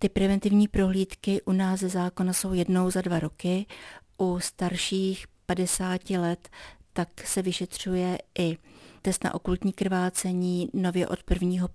Ty preventivní prohlídky u nás ze zákona jsou jednou za 2 roky, u starších 50 let tak se vyšetřuje i test na okultní krvácení, nově od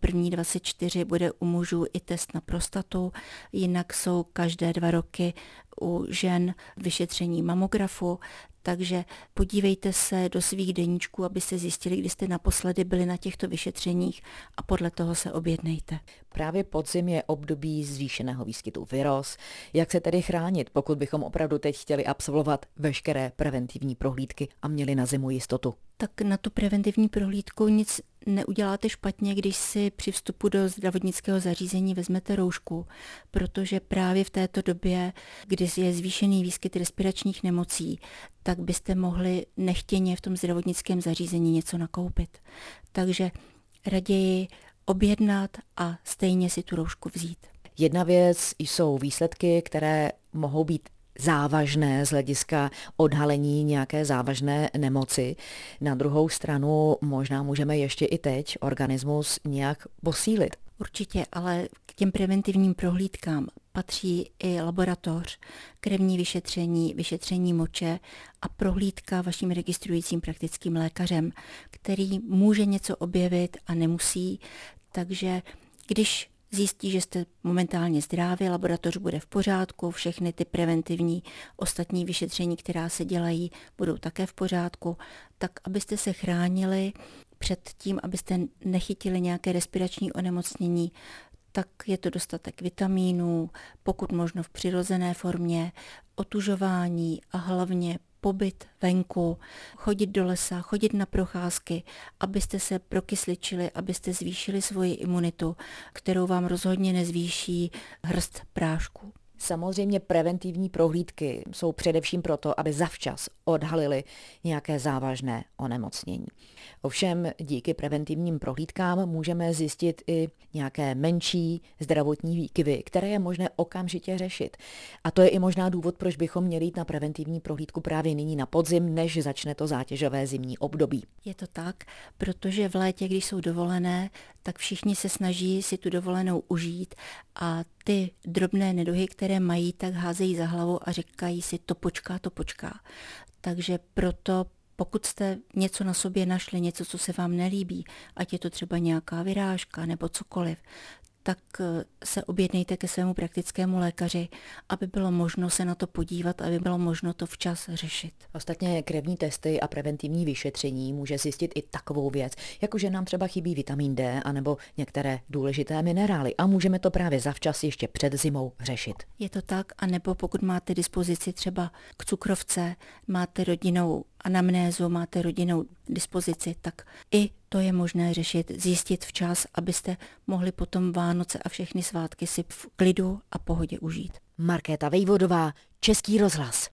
1.1.24 bude u mužů i test na prostatu, jinak jsou každé 2 roky u žen vyšetření mamografu, takže podívejte se do svých deníčků, abyste zjistili, kdy jste naposledy byli na těchto vyšetřeních a podle toho se objednejte. Právě podzim je období zvýšeného výskytu viróz. Jak se tedy chránit, pokud bychom opravdu teď chtěli absolvovat veškeré preventivní prohlídky a měli na zimu jistotu? Tak na tu preventivní prohlídku nic neuděláte špatně, když si při vstupu do zdravotnického zařízení vezmete roušku, protože právě v této době, kdy je zvýšený výskyt respiračních nemocí, tak byste mohli nechtěně v tom zdravotnickém zařízení něco nakoupit. Takže raději objednat a stejně si tu roušku vzít. Jedna věc jsou výsledky, které mohou být závažné z hlediska odhalení nějaké závažné nemoci. Na druhou stranu možná můžeme ještě i teď organismus nějak posílit. Určitě, ale k těm preventivním prohlídkám patří i laboratoř, krevní vyšetření, vyšetření moče a prohlídka vaším registrujícím praktickým lékařem, který může něco objevit a nemusí, takže když zjistí, že jste momentálně zdraví, laboratoř bude v pořádku, všechny ty preventivní ostatní vyšetření, která se dělají, budou také v pořádku, tak abyste se chránili před tím, abyste nechytili nějaké respirační onemocnění, tak je to dostatek vitamínů, pokud možno v přirozené formě, otužování a hlavně pobyt venku, chodit do lesa, chodit na procházky, abyste se prokysličili, abyste zvýšili svoji imunitu, kterou vám rozhodně nezvýší hrst prášku. Samozřejmě preventivní prohlídky jsou především proto, aby zavčas odhalili nějaké závažné onemocnění. Ovšem díky preventivním prohlídkám můžeme zjistit i nějaké menší zdravotní výkyvy, které je možné okamžitě řešit. A to je i možná důvod, proč bychom měli jít na preventivní prohlídku právě nyní na podzim, než začne to zátěžové zimní období. Je to tak, protože v létě, když jsou dovolené, tak všichni se snaží si tu dovolenou užít a ty drobné neduhy, které mají, tak házejí za hlavu a říkají si to počká. Takže proto pokud jste něco na sobě našli, něco, co se vám nelíbí, ať je to třeba nějaká vyrážka nebo cokoliv, tak se objednejte ke svému praktickému lékaři, aby bylo možno se na to podívat, aby bylo možno to včas řešit. Ostatně krevní testy a preventivní vyšetření může zjistit i takovou věc, jako že nám třeba chybí vitamin D anebo některé důležité minerály a můžeme to právě zavčas ještě před zimou řešit. Je to tak, anebo pokud máte dispozici třeba k cukrovce, máte rodinnou anamnézu, máte rodinnou dispozici, tak i to je možné řešit, zjistit včas, abyste mohli potom Vánoce a všechny svátky si v klidu a pohodě užít. Markéta Vejvodová, Český rozhlas.